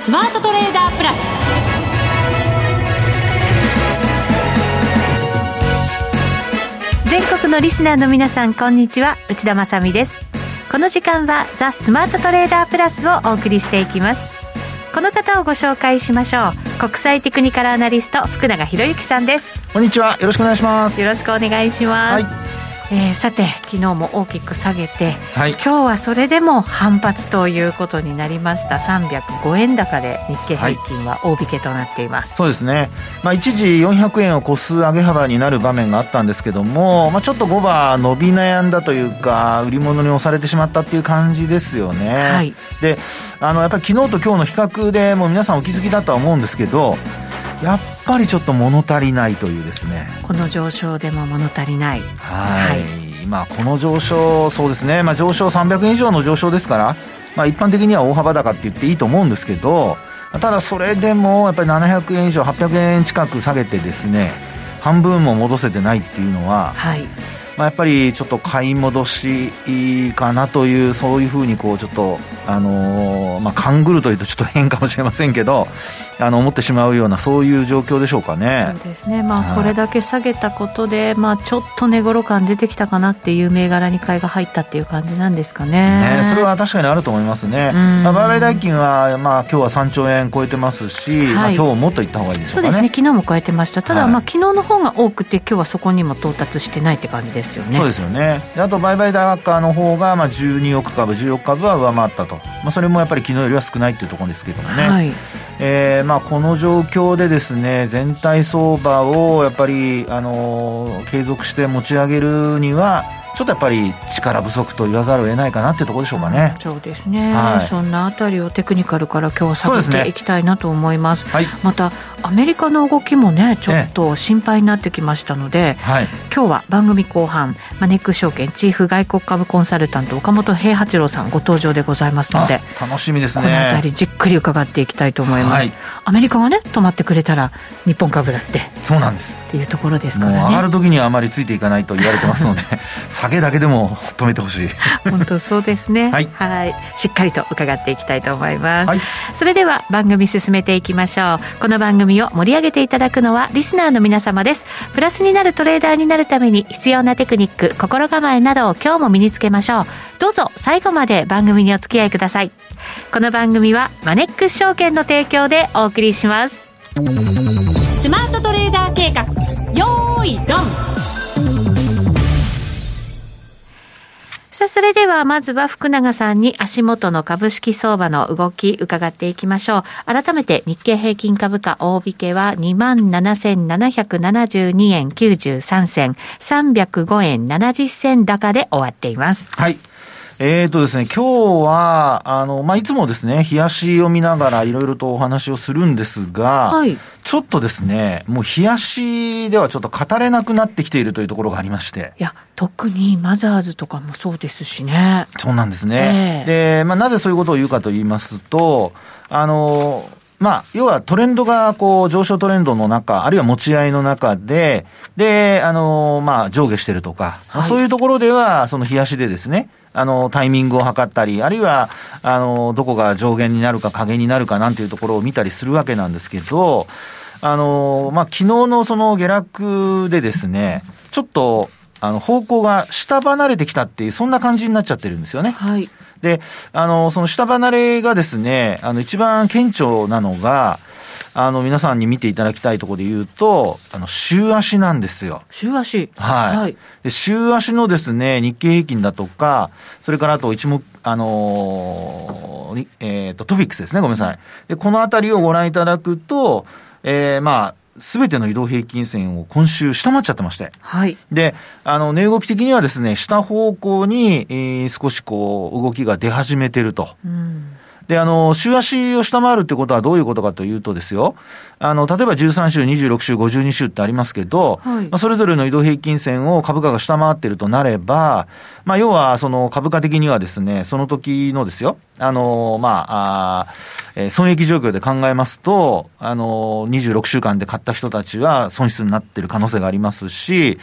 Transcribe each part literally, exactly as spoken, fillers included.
スマートトレーダープラス。 全国のリスナーの皆さん、こんにちは、内田まさみです。この時間はザ・スマートトレーダープラスをお送りしていきます。この方をご紹介しましょう。国際テクニカルアナリスト、福永博之さんです。 こんにちは、よろしくお願いします。 よろしくお願いします、はい。えー、さて、昨日も大きく下げて、はい、今日はそれでも反発ということになりました。さんびゃくごえん高で日経平均は大引けとなっています、 はい、そうですね、まあ、一時よんひゃくえんを超す上げ幅になる場面があったんですけども、まあ、ちょっと後場伸び悩んだというか、売り物に押されてしまったっていう感じですよね、はい、であのやっぱり昨日と今日の比較でもう皆さんお気づきだとは思うんですけど、やっぱりちょっと物足りないというですね、 この上昇でも物足りない。 はい、はい、まあ、この上昇、そうですね、まあ、上昇さんびゃくえん以上の上昇ですから、まあ、一般的には大幅高って言っていいと思うんですけど、ただそれでもやっぱりななひゃくえん以上はっぴゃくえん近く下げてですね、半分も戻せてないっていうのは、はい、まあ、やっぱりちょっと買い戻しかなという、そういうふうにこうちょっとあのー、まあ勘ぐるというとちょっと変かもしれませんけど、あの思ってしまうような、そういう状況でしょうかね。 そうですね、まあ、これだけ下げたことで、まあ、ちょっと値頃感出てきたかなっていう銘柄に買いが入ったっていう感じなんですか ね, ね。それは確かにあると思いますね。まあ、売買代金は、まあ、今日はさんちょうえん超えてますし、はい、まあ、今日もっといった方がいいでしょうかね。 そうですね、昨日も超えてました。ただ、はい、まあ、昨日の方が多くて今日はそこにも到達してないって感じですよね。 そうですよね。であと売買高の方が、まあ、じゅうにおくかぶじゅうおくかぶは上回ったと、まあ、それもやっぱり昨日よりは少ないっていうところですけどもね、はい、えーまあ、この状況でですね、全体相場をやっぱり、あのー、継続して持ち上げるにはちょっとやっぱり力不足と言わざるを得ないかなっていうところでしょうかね。 そうですね、はい、そんなあたりをテクニカルから今日は探っていきたいなと思います。はい、またアメリカの動きもね、ちょっと心配になってきましたので、はい、今日は番組後半、マネックス証券チーフ外国株コンサルタント岡本平八郎さんご登場でございますので、 楽しみですね。 このあたりじっくり伺っていきたいと思います。はい、アメリカがね止まってくれたら日本株だってそうなんですっていうところですからね。 もう上がる時にはあまりついていかないと言われてますので下げだけでも止めてほしい本当そうですね、はい、はい、しっかりと伺っていきたいと思います。はい、それでは番組進めていきましょう。この番組を盛り上げていただくのはリスナーの皆様です。プラスになるトレーダーになるために必要なテクニック、心構えなどを今日も身につけましょう。どうぞ最後まで番組にお付き合いください。この番組はマネックス証券の提供でお送りします。 スマートトレーダー計画、よーいドン。 さあ、それではまずは福永さんに足元の株式相場の動き伺っていきましょう。改めて日経平均株価大引けは にまんななせんななひゃくななじゅうにえんきゅうじゅうさんせん、さんびゃくごえんななじゅっせん高で終わっています。 はい、えーとですね、今日は、あの、まあ、いつもですね、冷やしを見ながらいろいろとお話をするんですが、はい、ちょっとですね、もう冷やしではちょっと語れなくなってきているというところがありまして。 いや、特にマザーズとかもそうですしね。 そうなんですね。えー、で、まあ、なぜそういうことを言うかと言いますと、あの、まあ、要はトレンドがこう上昇トレンドの中、あるいは持ち合いの中で、で、あの、まあ、上下してるとか、はい、そういうところでは、その冷やしでですね、あの、タイミングを測ったり、あるいは、あの、どこが上限になるか下限になるかなんていうところを見たりするわけなんですけど、あの、まあ、昨日のその下落でですね、ちょっと、あの、方向が下離れてきたっていう、そんな感じになっちゃってるんですよね。はい。で、あの、その下離れがですね、あの、一番顕著なのが、あの、皆さんに見ていただきたいところで言うと、あの、週足なんですよ。 週足。 はい。はい、で、週足のですね、日経平均だとか、それからあと一目、あのー、えっと、トピックスですね、ごめんなさい。で、このあたりをご覧いただくと、えー、まあ、すべての移動平均線を今週下回っちゃってまして。はい。で、あの、値動き的にはですね、下方向に、えー、少しこう、動きが出始めてると。うん。で、あの、週足を下回るってことはどういうことかというとですよ、あの、例えばじゅうさん週、にじゅうろく週、ごじゅうに週ってありますけど、はい、まあ、それぞれの移動平均線を株価が下回っているとなれば、まあ、要は、その株価的にはですね、その時のですよ、あの、まあ、あえー、損益状況で考えますと、あの、にじゅうろく週間で買った人たちは損失になっている可能性がありますし、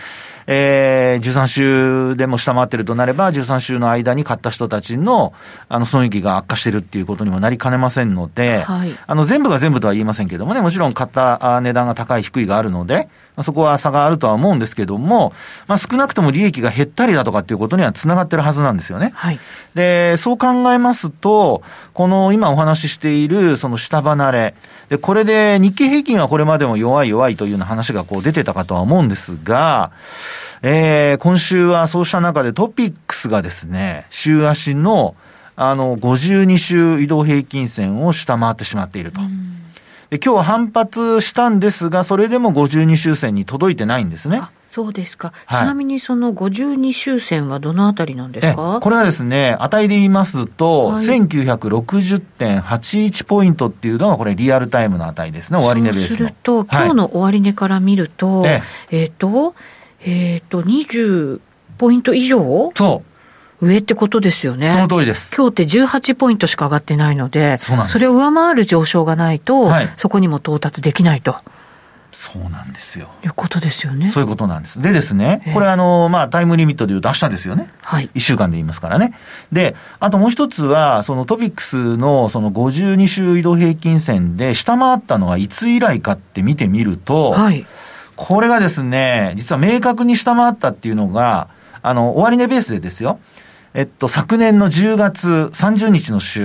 えー、じゅうさん週でも下回ってるとなれば、じゅうさん週の間に買った人たちの、あの、損益が悪化してるっていうことにもなりかねませんので、はい、あの、全部が全部とは言いませんけどもね、もちろん買った値段が高い低いがあるので、そこは差があるとは思うんですけども、まあ、少なくとも利益が減ったりだとかっていうことにはつながってるはずなんですよね。はい、で、そう考えますと、この今お話ししているその下離れ、で、これで日経平均はこれまでも弱い弱いというような話がこう出てたかとは思うんですが、えー、今週はそうした中でトピックスがですね、週足のあのごじゅうに週移動平均線を下回ってしまっていると。で、今日は反発したんですが、それでもごじゅうに週線に届いてないんですね。 あ、そうですか。はい、ちなみにそのごじゅうに週線はどのあたりなんですか？ これはですね、値で言いますと、はい、せんきゅうひゃくろくじゅってんはちいち ポイントっていうのがこれリアルタイムの値ですね、終値ベースの。 そうすると、今日の終値から見ると、えっ、えー、と、えっ、ー、と、にじゅうポイント以上？ そう。 上ってことですよね。 その通りです。 今日ってじゅうはちポイントしか上がってないので、 そうなんです。 それを上回る上昇がないと、はい、そこにも到達できないと。 そうなんですよ。 いうことですよね。 そういうことなんです。でですね、これあの、まあ、タイムリミットで言うと明日ですよね。はい。いっしゅうかんで言いますからね。で、あともう一つは、そのトピックスのそのごじゅうに週移動平均線で下回ったのはいつ以来かって見てみると、はい。これがですね、実は明確に下回ったっていうのが、あの、終値ベースでですよ。えっと、昨年のじゅうがつさんじゅうにちの週、うん、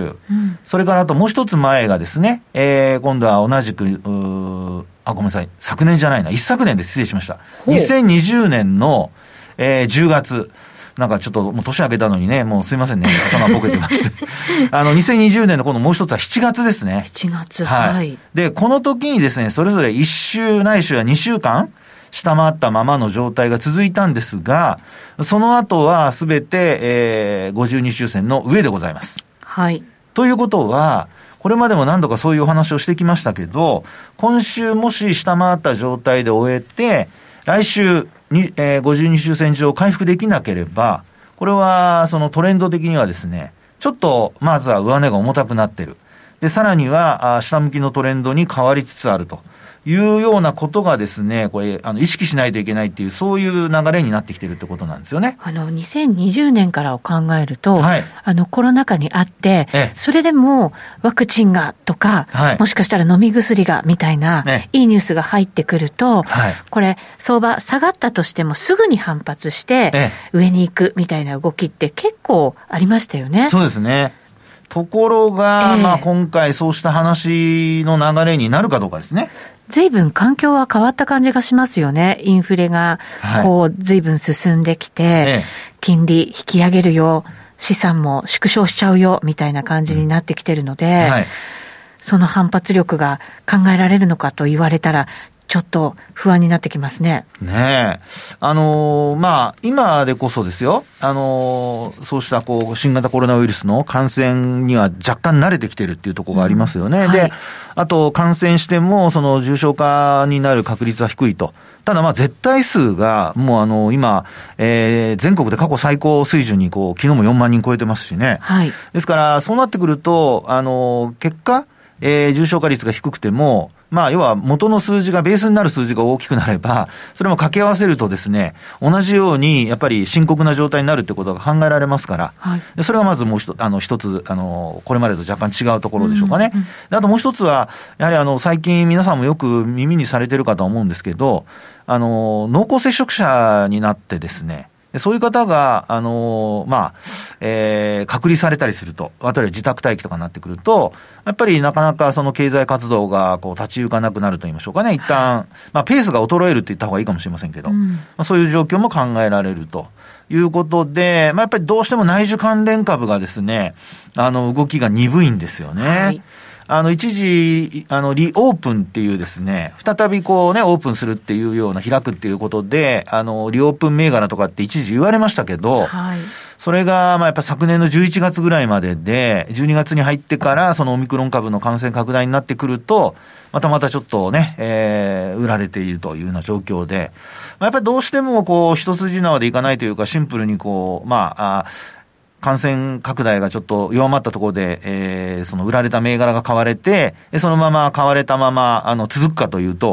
それからあともう一つ前がですね、えー、今度は同じく、うあ、ごめんなさい、昨年じゃないな、一昨年で失礼しました。にせんにじゅうねんの、えー、じゅうがつ、なんかちょっともう年明けたのにね、もうすいませんね、頭ボケてまして。あの、にせんにじゅうねんの今度もう一つはしちがつですね。 しちがつ、はい。はい。 で、この時にですね、それぞれいっ週ないしはにしゅうかん、下回ったままの状態が続いたんですが、その後はすべて、えー、ごじゅうに週線の上でございます。はい。ということは、これまでも何度かそういうお話をしてきましたけど、今週もし下回った状態で終えて、来週に、えー、ごじゅうに週線上回復できなければ、これはそのトレンド的にはですね、ちょっとまずは上値が重たくなってる。で、さらには下向きのトレンドに変わりつつあるというようなことがですね、これあの意識しないといけないっていう、そういう流れになってきてるってことなんですよね。 あのにせんにじゅうねんからを考えると、はい、あのコロナ禍にあって、ええ、それでもワクチンがとか、はい、もしかしたら飲み薬がみたいな、ね、いいニュースが入ってくると、はい、これ相場下がったとしてもすぐに反発して、ええ、上に行くみたいな動きって結構ありましたよね。 そうですね。ところが、えー、まあ今回そうした話の流れになるかどうかですね。 随分環境は変わった感じがしますよね。インフレがこう随分進んできて、はい、金利引き上げるよ、資産も縮小しちゃうよみたいな感じになってきてるので、うんはい、その反発力が考えられるのかと言われたらちょっと不安になってきますね。 ねえ。あのー、まあ、今でこそですよ。あのー、そうしたこう、新型コロナウイルスの感染には若干慣れてきてるっていうところがありますよね。うん、で、はい、あと感染しても、その重症化になる確率は低いと。ただまあ、絶対数が、もうあの、今、えー、全国で過去最高水準にこう、昨日もよんまんにん超えてますしね。はい。ですから、そうなってくると、あのー、結果、えー、重症化率が低くても、まあ、要は元の数字が、ベースになる数字が大きくなれば、それも掛け合わせるとですね、同じように、やっぱり深刻な状態になるってことが考えられますから、はい、でそれはまずもう一つ、あの、一つ、あの、これまでと若干違うところでしょうかね。うんうん、であともう一つは、やはりあの、最近皆さんもよく耳にされてるかと思うんですけど、あの、濃厚接触者になってですね、そういう方が、あのー、まあ、えー、隔離されたりすると、あとは自宅待機とかになってくると、やっぱりなかなかその経済活動がこう立ち行かなくなると言いましょうかね、一旦、まあ、ペースが衰えるって言った方がいいかもしれませんけど、うん、まあ、そういう状況も考えられるということで、まあ、やっぱりどうしても内需関連株がですね、あの、動きが鈍いんですよね。はい、あの、一時、あの、リオープンっていうですね、再びこうね、オープンするっていうような、開くっていうことで、あの、リオープン銘柄とかって一時言われましたけど、はい、それが、まあ、やっぱ昨年のじゅういちがつぐらいまでで、じゅうにがつに入ってから、そのオミクロン株の感染拡大になってくると、またまたちょっとね、えー、売られているというような状況で、まあ、やっぱりどうしてもこう、一筋縄でいかないというか、シンプルにこう、まあ、あ感染拡大がちょっと弱まったところで、えー、その売られた銘柄が買われて、そのまま買われたまま、あの、続くかというと、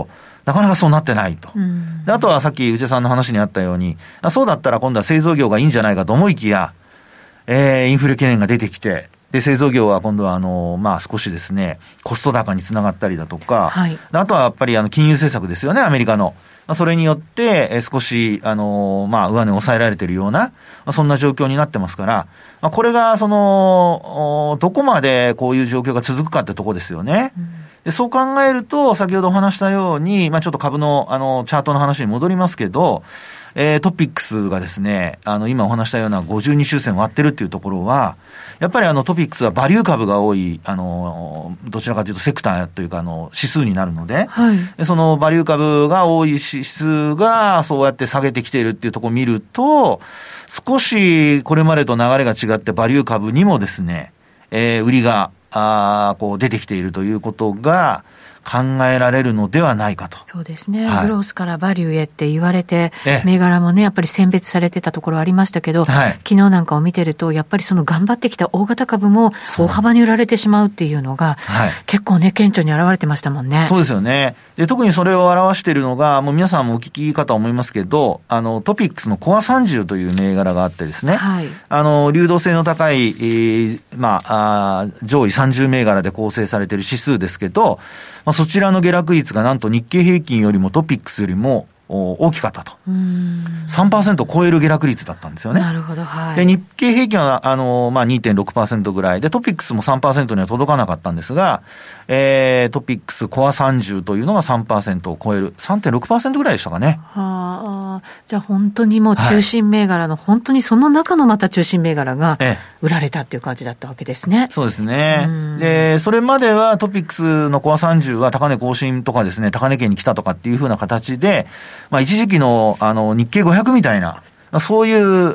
なかなかそうなってないと。で、あとはさっき内田さんの話にあったように、そうだったら今度は製造業がいいんじゃないかと思いきや、えー、インフレ懸念が出てきて、で、製造業は今度はあの、まあ少しですね、コスト高につながったりだとか、はい、あとはやっぱりあの金融政策ですよね、アメリカの。それによって、えー、少し、あの、まあ上値を抑えられているような、まあ、そんな状況になってますから、まあ、これがその、どこまでこういう状況が続くかってとこですよね。うん、でそう考えると、先ほどお話したように、まあちょっと株のあの、チャートの話に戻りますけど、えー、トピックスがですね、あの、今お話したようなごじゅうにしゅうせん割ってるっていうところは、やっぱりあのトピックスはバリュー株が多い、あの、どちらかというとセクターというかあの、指数になるので、はい、でそのバリュー株が多い指数がそうやって下げてきているっていうところを見ると、少しこれまでと流れが違ってバリュー株にもですね、えー、売りが、あこう出てきているということが、考えられるのではないかと。 そうですね、はい、グロースからバリューへって言われて、銘柄もねやっぱり選別されてたところありましたけど、はい、昨日なんかを見てるとやっぱりその頑張ってきた大型株も大幅に売られてしまうっていうのが、はい、結構ね顕著に現れてましたもんね。 そうですよね。で特にそれを表しているのが、もう皆さんもお聞きかと思いますけど、あのトピックスのコアさんじゅうという銘柄があってですね、はい、あの流動性の高い、えー、まあ、あ上位さんじゅう銘柄で構成されている指数ですけど、まあ、そちらの下落率がなんと日経平均よりもトピックスよりも大きかったと。うーん さんパーセント を超える下落率だったんですよね。 なるほど、はい。 で、日経平均は、あの、まあ、にてんろくパーセント ぐらいで、トピックスも さんパーセント には届かなかったんですが、えー、トピックスコアさんじゅうというのが さんパーセント を超える、さんてんろくパーセント ぐらいでしたかね。 はあ、じゃあ本当にもう中心銘柄の、はい、本当にその中のまた中心銘柄が売られたっていう感じだったわけですね。 そうですね。で、それまではトピックスのコアさんじゅうは高値更新とかですね、高値圏に来たとかっていう風な形で、まあ、一時期の、あの、日経ごひゃくみたいな、そういう、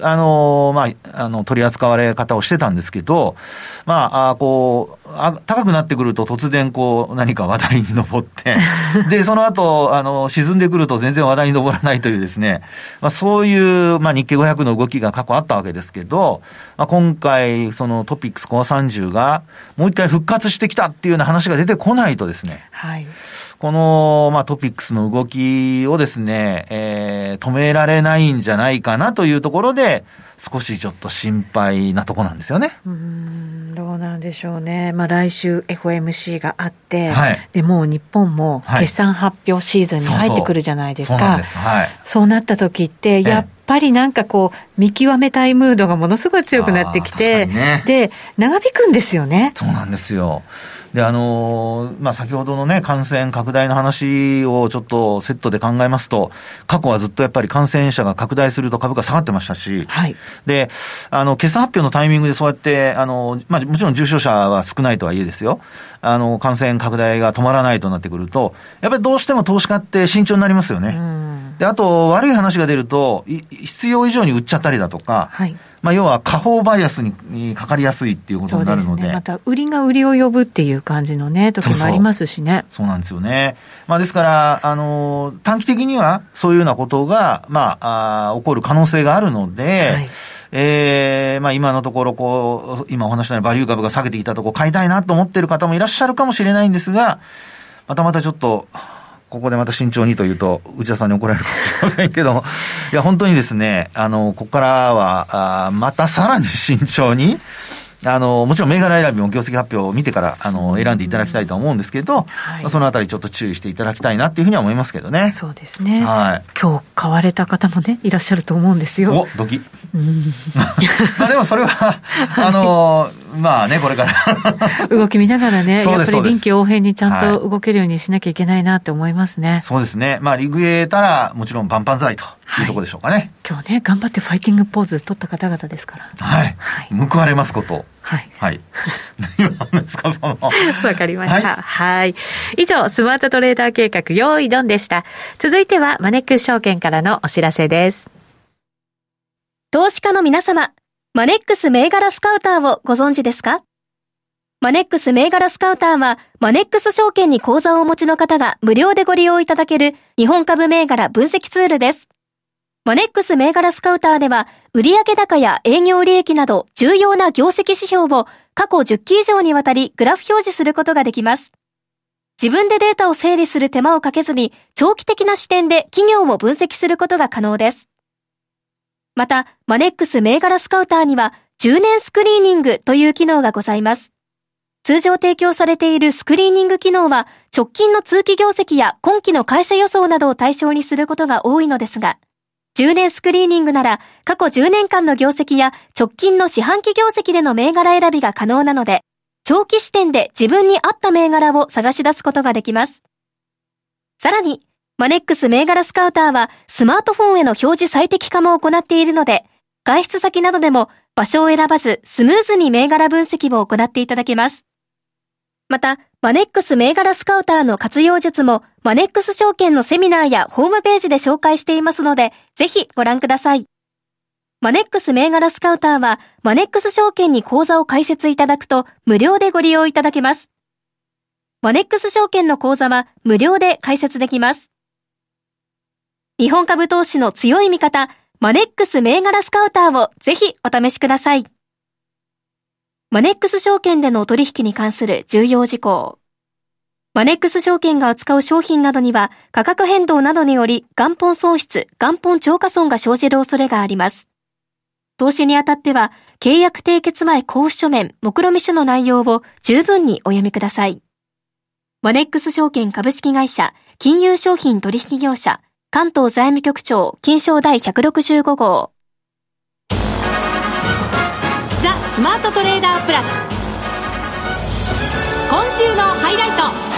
あの、まあ、あの、取り扱われ方をしてたんですけど、まあ、あこうあ、高くなってくると突然こう、何か話題に上って、で、その後、あの、沈んでくると全然話題に上らないというですね、まあ、そういう、まあ、日経ごひゃくの動きが過去あったわけですけど、まあ、今回、そのトピックスコアさんじゅうが、もう一回復活してきたっていうような話が出てこないとですね、はい。この、まあ、トピックスの動きをですね、えー、止められないんじゃないかなというところで、少しちょっと心配なところなんですよね。 うーん、どうなんでしょうね。まあ、来週 エフオーエムシー があって、はい、でもう日本も決算発表シーズンに入ってくるじゃないですか。はい、そうなんです。はい。そうなった時って、やっぱりなんかこう、見極めたいムードがものすごい強くなってきて、ね、で、長引くんですよね。 そうなんですよ。で、あのー、まあ、先ほどのね、感染拡大の話をちょっとセットで考えますと、過去はずっとやっぱり感染者が拡大すると株価下がってましたし、はい。で、あの、決算発表のタイミングでそうやって、あの、まあ、もちろん重症者は少ないとはいえですよ、あの、感染拡大が止まらないとなってくると、やっぱりどうしても投資家って慎重になりますよね。うん。で、あと、悪い話が出ると、必要以上に売っちゃったりだとか、はい。まあ、要は下方バイアスにかかりやすいっていうことになるので。そうですね。 また売りが売りを呼ぶっていう感じのね、時もありますしね。 そうそう、そうなんですよね。まあ、ですから、あの、短期的にはそういうようなことが、まあ、あ起こる可能性があるので、はい、えー、まあ、今のところ、こう、今お話したようにバリュー株が下げてきたところ買いたいなと思っている方もいらっしゃるかもしれないんですが、またまたちょっと、ここでまた慎重にというと内田さんに怒られるかもしれませんけども、いや本当にですね、あのここからはあまたさらに慎重に、あのもちろん銘柄選びも業績発表を見てからあの選んでいただきたいと思うんですけど、はい、そのあたりちょっと注意していただきたいなっていうふうには思いますけどね。 そうですね、はい、今日買われた方もねいらっしゃると思うんですよ。 おドキうんまあでもそれはあのまあねこれから動き見ながらね、やっぱり臨機応変にちゃんと動けるようにしなきゃいけないなって思いますね。はい、 そうですね。まあリグえたらもちろん万々歳というところでしょうかね。はい、 今日ね頑張ってファイティングポーズ取った方々ですから。 はい。はい、報われますことを。はい。はい。何ですかその。わかりました。はい。はい。以上スマートトレーダー計画用意ドンでした。続いてはマネックス証券からのお知らせです。 投資家の皆様、マネックス銘柄スカウターをご存知ですか？マネックス銘柄スカウターは、マネックス証券に口座をお持ちの方が無料でご利用いただける日本株銘柄分析ツールです。マネックス銘柄スカウターでは、売上高や営業利益など重要な業績指標を過去じゅっき以上にわたりグラフ表示することができます。 自分でデータを整理する手間をかけずに、長期的な視点で企業を分析することが可能です。また、マネックス銘柄スカウターには、じゅうねんスクリーニングという機能がございます。通常提供されているスクリーニング機能は、直近の通期業績や今期の会社予想などを対象にすることが多いのですが、じゅうねんスクリーニングなら、過去じゅうねんかんの業績や直近の四半期業績での銘柄選びが可能なので、長期視点で自分に合った銘柄を探し出すことができます。さらに、マネックス銘柄スカウターはスマートフォンへの表示最適化も行っているので、外出先などでも場所を選ばずスムーズに銘柄分析を行っていただけます。また、マネックス銘柄スカウターの活用術もマネックス証券のセミナーやホームページで紹介していますので、ぜひご覧ください。マネックス銘柄スカウターは、マネックス証券に口座を開設いただくと無料でご利用いただけます。マネックス証券の口座は無料で開設できます。日本株投資の強い味方、マネックス銘柄スカウターをぜひお試しください。マネックス証券での取引に関する重要事項。マネックス証券が扱う商品などには価格変動などにより元本損失、元本超過損が生じる恐れがあります。投資にあたっては、契約締結前交付書面、目論見書の内容を十分にお読みください。マネックス証券株式会社、金融商品取引業者、関東財務局長、金商第ひゃくろくじゅうご号。 ザ・スマートトレーダープラス。今週のハイライト。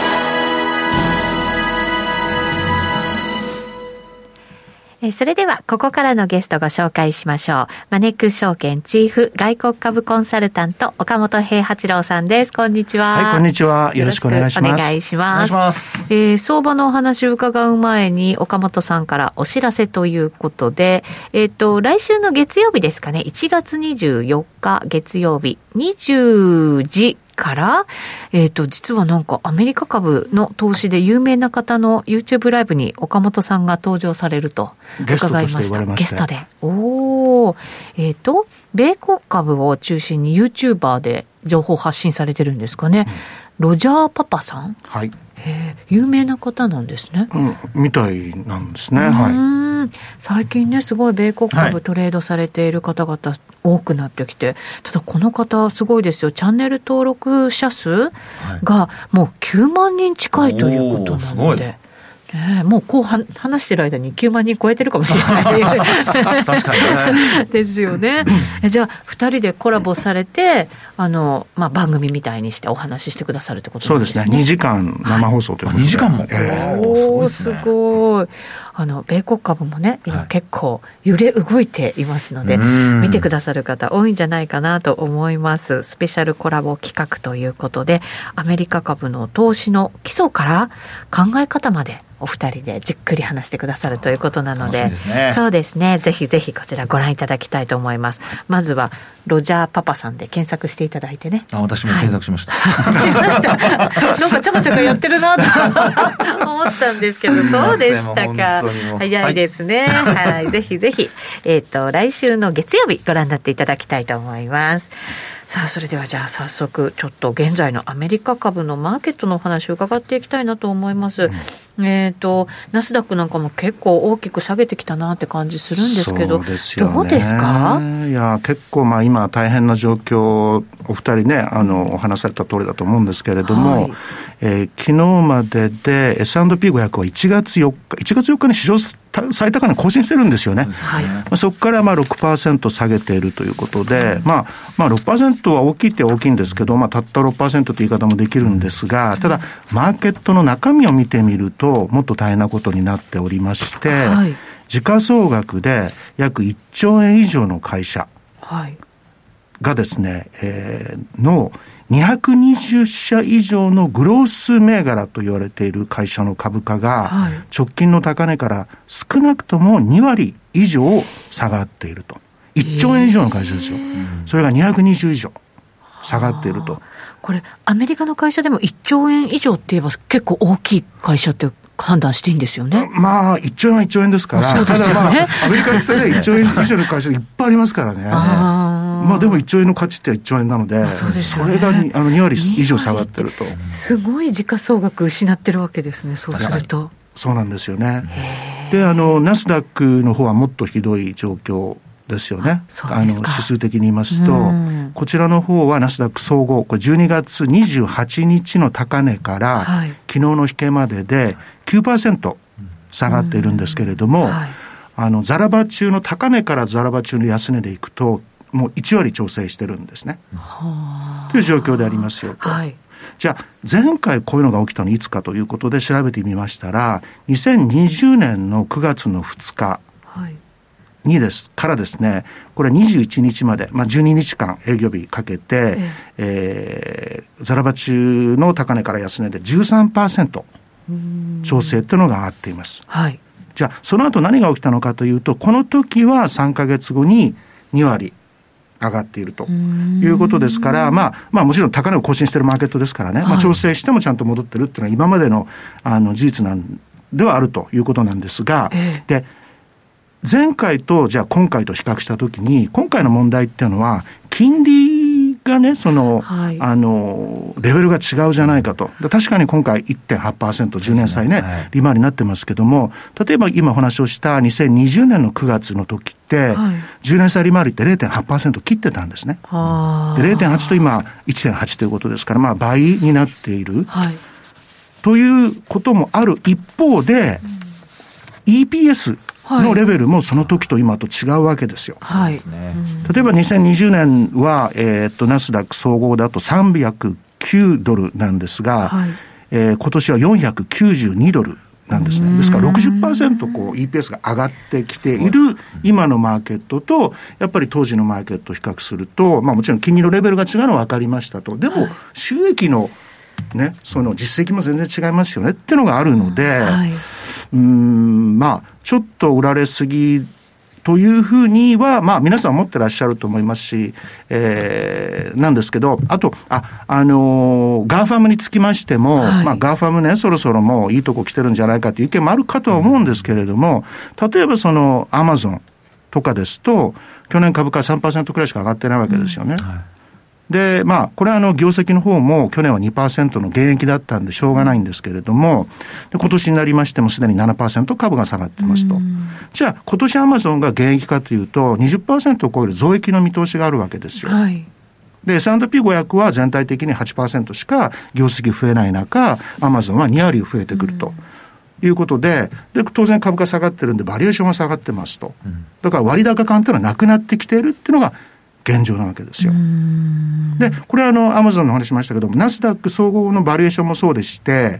それではここからのゲストご紹介しましょう。マネックス証券チーフ外国株コンサルタント岡本平八郎さんです。こんにちは。 はい、こんにちは。よろしくお願いします。 お願いします。 お願いします。 えー、相場のお話を伺う前に岡本さんからお知らせということで、えっと来週の月曜日ですかね、いちがつにじゅうよっか月曜日にじゅうじから、えっと、実はなんかアメリカ株の投資で有名な方の YouTube ライブに岡本さんが登場されると伺いました。ゲストで。おー。えっと、米国株を中心に YouTuber で情報発信されてるんですかね。うん、ロジャーパパさん。 はい。 へー、有名な方なんですね。 うん、みたいなんですね。はい。 最近ね、すごい米国株トレードされている方々多くなってきて、はい、ただこの方すごいですよ。チャンネル登録者数がもうきゅうまんにん近いということなので、ね、もうこうは話してる間にきゅうまんにん超えてるかもしれない確かにねですよね。じゃあふたりでコラボされてあの、まあ、番組みたいにしてお話ししてくださるってことなんですね。 そうですね。にじかん生放送ということで、はい、 にじかんも、 えー、おー、すごい。あの米国株もね今結構揺れ動いていますので、はい、見てくださる方多いんじゃないかなと思います。スペシャルコラボ企画ということで、アメリカ株の投資の基礎から考え方までお二人でじっくり話してくださるということなので、 ですね、 そうですね、ぜひぜひこちらご覧いただきたいと思います。まずはロジャーパパさんで検索していただいてね。 あ、私も検索しました、 はい、しましたなんかちょこちょこやってるなと思ったんですけど、そうでしたか。早いですね、はいはい、ぜひぜひ、えーと、来週の月曜日ご覧になっていただきたいと思います。さあ、それではじゃあ早速ちょっと現在のアメリカ株のマーケットのお話を伺っていきたいなと思います、うん、えーとナスダックなんかも結構大きく下げてきたなって感じするんですけど、 そうですよね、 どうですか？ いや結構まあ今大変な状況、お二人ねあのお話された通りだと思うんですけれども、はい、えー、昨日までで エスアンドピーごひゃく はいちがつよっかいちがつよっかに史上最高値更新してるんですよね。はい、まあ、そこからまあ ろくパーセント 下げているということで、うん、まあ、まあ ろくパーセント は大きいって大きいんですけど、まあ、たった ろくパーセント という言い方もできるんですが、ただマーケットの中身を見てみるともっと大変なことになっておりまして、はい、時価総額で約いっちょうえん以上の会社がですね、えー、のにひゃくにじゅっしゃ以上のグロース銘柄と言われている会社の株価が直近の高値から少なくともにわり以上下がっていると。いっちょうえん以上の会社ですよ。それがにひゃくにじゅう以上下がっていると。 これアメリカの会社でもいっちょうえん以上って言えば結構大きい会社って判断していいんですよね。 まあいっちょうえんはいっちょうえんですから、 そうですよね、 ただまあアメリカってねいっちょうえん以上の会社いっぱいありますからね。 あまあでもいっちょうえんの価値っていっちょうえんなので、そうですよね、それがにあのにわり以上下がってると、 すごい時価総額失ってるわけですね、そうすると。 そうなんですよね。で、あのナスダックの方はもっとひどい状況ですよね。あの指数的に言いますと、こちらの方はナスダック総合、これじゅうにがつにじゅうはちにちの高値から、はい、昨日の引けまでで きゅうパーセント 下がっているんですけれども、はい、あのザラバ中の高値からザラバ中の安値でいくともういちわり調整してるんですね、という状況でありますよと、はい、じゃあ前回こういうのが起きたのいつかということで調べてみましたら、にせんにじゅうねんのくがつのふつかにですからですね、これにじゅういちにちまで、まあ、じゅうににちかん営業日かけて、ええー、ザラバ中の高値から安値で じゅうさんパーセント 調整というのが上がっています、はい、じゃあその後何が起きたのかというと、この時はさんかげつごににわり上がっているということですから、まあ、まあもちろん高値を更新しているマーケットですからね、はい、まあ、調整してもちゃんと戻ってるっていうのは今までの、あの事実なんではあるということなんですが、えー、で前回とじゃあ今回と比較したときに、今回の問題っていうのは金利がね、その、はい、あのレベルが違うじゃないかと。確かに今回 いってんはちパーセント じゅうねん債ね、はい、利回りになってますけども、例えば今お話をしたにせんにじゅうねんのくがつの時って、はい、じゅうねん債利回りって れいてんはちパーセント 切ってたんですね。で れいてんはち と今 いってんはち ということですから、まあ倍になっている、はい、ということもある一方で、うん、イーピーエスのレベルもその時と今と違うわけですよ。はい、例えばにせんにじゅうねんは、えー、っとナスダック総合だとさんびゃくきゅうドルなんですが、はい、えー、今年はよんひゃくきゅうじゅうにドルなんですね。ですから ろくじゅっパーセント こう イーピーエス が上がってきている今のマーケットと、やっぱり当時のマーケットを比較すると、まあもちろん金利のレベルが違うのは分かりましたと。でも収益のね、その実績も全然違いますよねっていうのがあるので、はい、うーん、まあちょっと売られすぎというふうには、まあ皆さん思ってらっしゃると思いますし、えー、なんですけど、あと、あ、あのー、ガーファムにつきましても、はい、まあガーファムね、そろそろもういいとこ来てるんじゃないかという意見もあるかとは思うんですけれども、例えばそのアマゾンとかですと、去年株価さんパーセントくらいしか上がってないわけですよね。うん、はい、で、まあ、これはあの、業績の方も去年は にパーセント の減益だったんでしょうがないんですけれども、で今年になりましてもすでに ななパーセント 株が下がってますと。じゃあ、今年アマゾンが減益かというと、にじゅっパーセント を超える増益の見通しがあるわけですよ。はい、で、エスアンドピーごひゃく は全体的に はちパーセント しか業績増えない中、アマゾンはにわり増えてくると。いうことで、で、当然株価下がってるんで、バリエーションが下がってますと。だから割高感というのはなくなってきているっていうのが、現状なわけですよ。で、これはあの、アマゾンの話しましたけども、ナスダック総合のバリエーションもそうでして、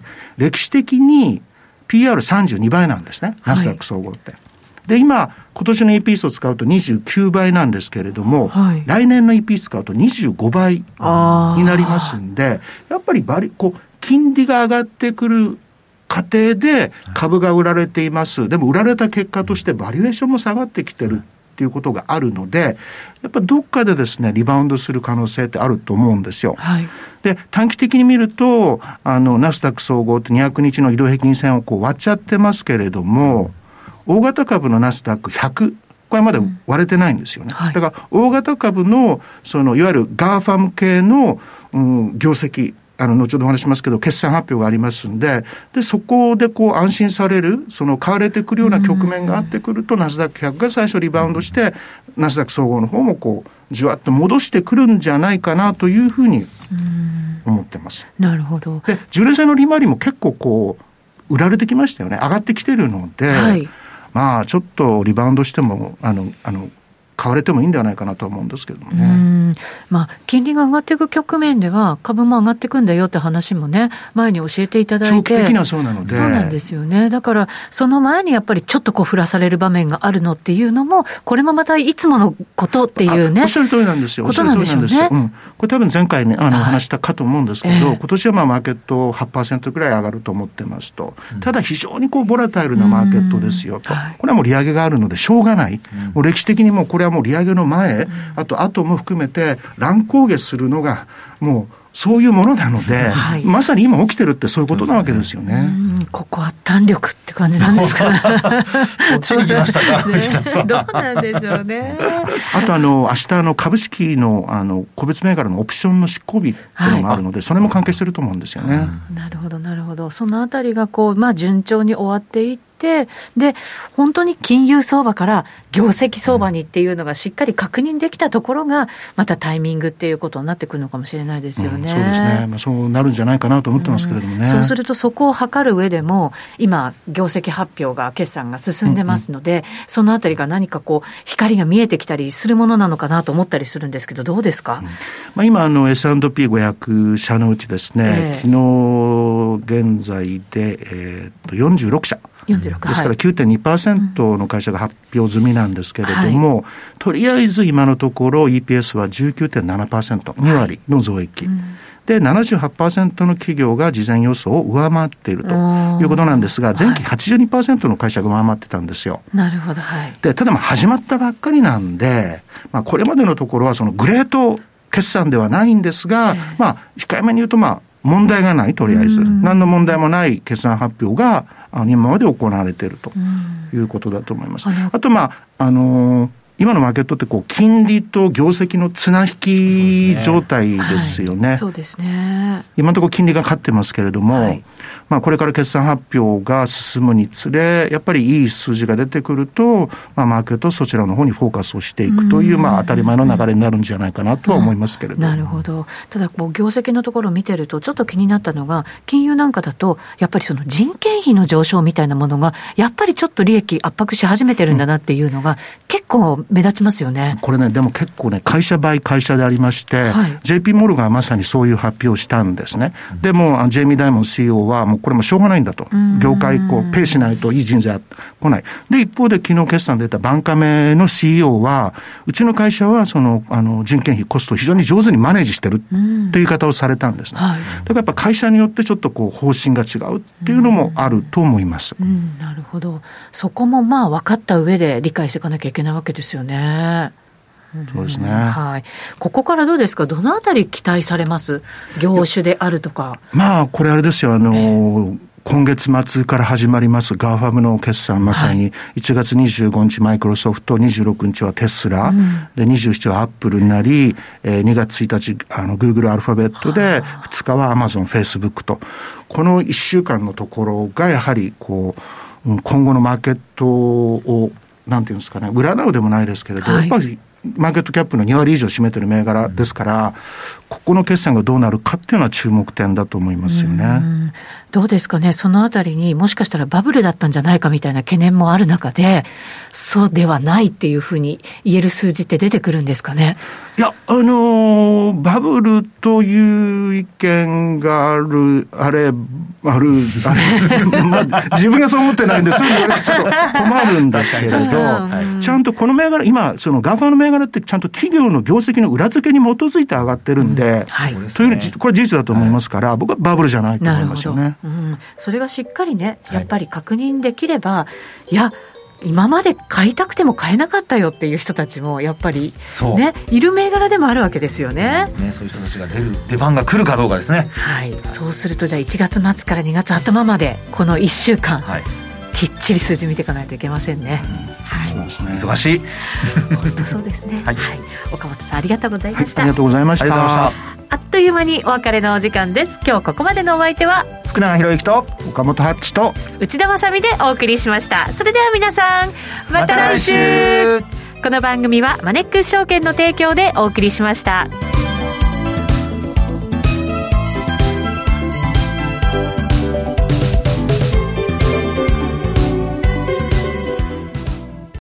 歴史的に ピーアールさんじゅうに 倍なんですね。ナスダック総合って。はい、で、今、今年の イーピーエス を使うとにじゅうきゅうばいなんですけれども、はい、来年の イーピーエス 使うとにじゅうごばいになりますんで、やっぱりバリ、こう、金利が上がってくる過程で株が売られています。でも売られた結果としてバリエーションも下がってきてる。ということがあるので、やっぱりどっかでですね、リバウンドする可能性ってあると思うんですよ。はい、で、短期的に見ると、あの、ナスダック総合ってにひゃくにちの移動平均線をこう割っちゃってますけれども、大型株のナスダックひゃく、これまで割れてないんですよね。うん、はい、だから、大型株の、その、いわゆるガーファム系の、うん、業績、あの、後ほどお話しますけど、決算発表がありますんで、で、そこでこう安心される、その買われてくるような局面があってくると、ナスダックひゃくが最初リバウンドして、ナスダック総合の方もこう、じわっと戻してくるんじゃないかなというふうに思ってます。 なるほど。 で、じゅうねん債の利回りも結構こう、売られてきましたよね。上がってきてるので、はい、まあ、ちょっとリバウンドしても、あの、あの、買われてもいいんではないかなと思うんですけどもね。うん、 まあ、金利が上がっていく局面では株も上がっていくんだよって話もね、前に教えていただいて、 長期的にはそうなので、 そうなんですよね。だからその前にやっぱりちょっとこう振らされる場面があるのっていうのも、これもまたいつものことっていうね、 おっしゃる通りなんですよ。 ことなんでしょうね。 うん、これ多分前回ね、あの話したかと思うんですけど、えー、今年はまあマーケット はちパーセント くらい上がると思ってますと、うん、ただ非常にこうボラタイルなマーケットですよと、これはもう利上げがあるのでしょうがない、うん、もう歴史的にもこれはもう利上げの前、あと後も含めて乱高下するのがもそういうものなので、はい、まさに今起きてるってそういうことなわけですよね。 うん、ここは弾力って感じなんですか。 そっちに来ましたか、藤田さん。 どうなんでしょうね。 あとあの明日の株式のあの個別銘柄のオプションの執行日っていうのがあるので、はい、それも関係してると思うんですよね。 うん、なるほどなるほど。そのあたりがこう、まあ、順調に終わっていって、で本当に金融相場から業績相場にっていうのがしっかり確認できたところがまたタイミングっていうことになってくるのかもしれないですよね。 うん、そうですね、まあ、そうなるんじゃないかなと思ってますけれどもね。 うん、そうするとそこを測る上でも今業績発表が決算が進んでますので、うんうん、そのあたりが何かこう光が見えてきたりするものなのかなと思ったりするんですけど、どうですか。うん、 まあ、今あの エスアンドピーごひゃく 社のうちですね、えー、昨日現在で、えー、とよんじゅうろくしゃよんじゅうろく、 ですから きゅうてんにパーセント の会社が発表済みなんですけれども、はい、とりあえず今のところ イーピーエス は じゅうきゅうてんななパーセント、に割の増益、はい、で ななじゅうはちパーセント の企業が事前予想を上回っているということなんですが、前期 はちじゅうにパーセント の会社が上回ってたんですよ。 なるほど、はい、 でただまあ始まったばっかりなんで、まあ、これまでのところはそのグレート決算ではないんですが、えーまあ、控えめに言うとまあ問題がない、とりあえず何の問題もない決算発表があの今まで行われているということだと思います。あ, あとまああのー今のマーケットってこう金利と業績の綱引き状態ですよね。 そうですね。 今のところ金利が勝ってますけれども、はい、まあ、これから決算発表が進むにつれやっぱりいい数字が出てくると、まあ、マーケットそちらの方にフォーカスをしていくという、まあ、当たり前の流れになるんじゃないかなとは思いますけれども、 うん、なるほど。ただこう業績のところを見てるとちょっと気になったのが、金融なんかだとやっぱりその人件費の上昇みたいなものがやっぱりちょっと利益圧迫し始めてるんだなっていうのが結構目立ちますよね。 これね、でも結構ね、会社バイ会社でありまして、はい、ジェイピー モルガンはまさにそういう発表をしたんですね。でもジェイミー・ダイモン シーイーオー はもうこれもしょうがないんだと、業界こうペイしないといい人材来ない。で一方で昨日決算で出たバンカメの シーイーオー は、うちの会社はそのあの人件費コストを非常に上手にマネージしてるという言い方をされたんですね。はい、だからやっぱ会社によってちょっとこう方針が違うっていうのもあると思います。 うんうん、なるほど。そこもまあ分かった上で理解していかなきゃいけないわけですよね。 そうですね。 はい。ここからどうですか。どのあたり期待されます。業種であるとか。 まあこれあれですよ。あの、えー、今月末から始まりますガーファムの決算、まさにいちがつにじゅうごにちマイクロソフト、にじゅうろくにちはテスラ、うん、でにじゅうしちはアップルになり、えー、にがつついたちあのグーグルアルファベットで、ふつかはアマゾン、フェイスブックと、このいっしゅうかんのところがやはりこう今後のマーケットをなんていうんですかね、占うでもないですけれど、はい、やっぱりマーケットキャップのに割以上占めてる銘柄ですから、うん、ここの決算がどうなるかっていうのは注目点だと思いますよね。うん、 どうですかね。そのあたりにもしかしたらバブルだったんじゃないかみたいな懸念もある中で、そうではないっていうふうに言える数字って出てくるんですかね。 いや、あのー、バブルという意見がある、あれ、ある、あれ、まあ、自分がそう思ってないんで、そう言われてちょっと困るんですけれど、ちゃんとこの銘柄、今、そのガファの銘柄ってちゃんと企業の業績の裏付けに基づいて上がってるんで、うん、はい、というこれ事実だと思いますから、はい、僕はバブルじゃないと思いますよね。 うん、それがしっかりね、やっぱり確認できれば、はい、いや、今まで買いたくても買えなかったよっていう人たちもやっぱり、ね、いる銘柄でもあるわけですよね。 ね、そういう人たちが出る出番が来るかどうかですね。 はい、そうするとじゃあいちがつ末からにがつ頭までこのいっしゅうかん、はい、きっちり数字見ていかないといけませんね。 うん、はい、そうですね、忙しい。 本当そうですね。はい、はい、岡本さんありがとうございました。 はい、ありがとうございました。 あっという間にお別れのお時間です。今日ここまでのお相手は福永博之と岡本ハッチと内田まさみでお送りしました。それでは皆さんまた来週。また来週。この番組はマネックス証券の提供でお送りしました。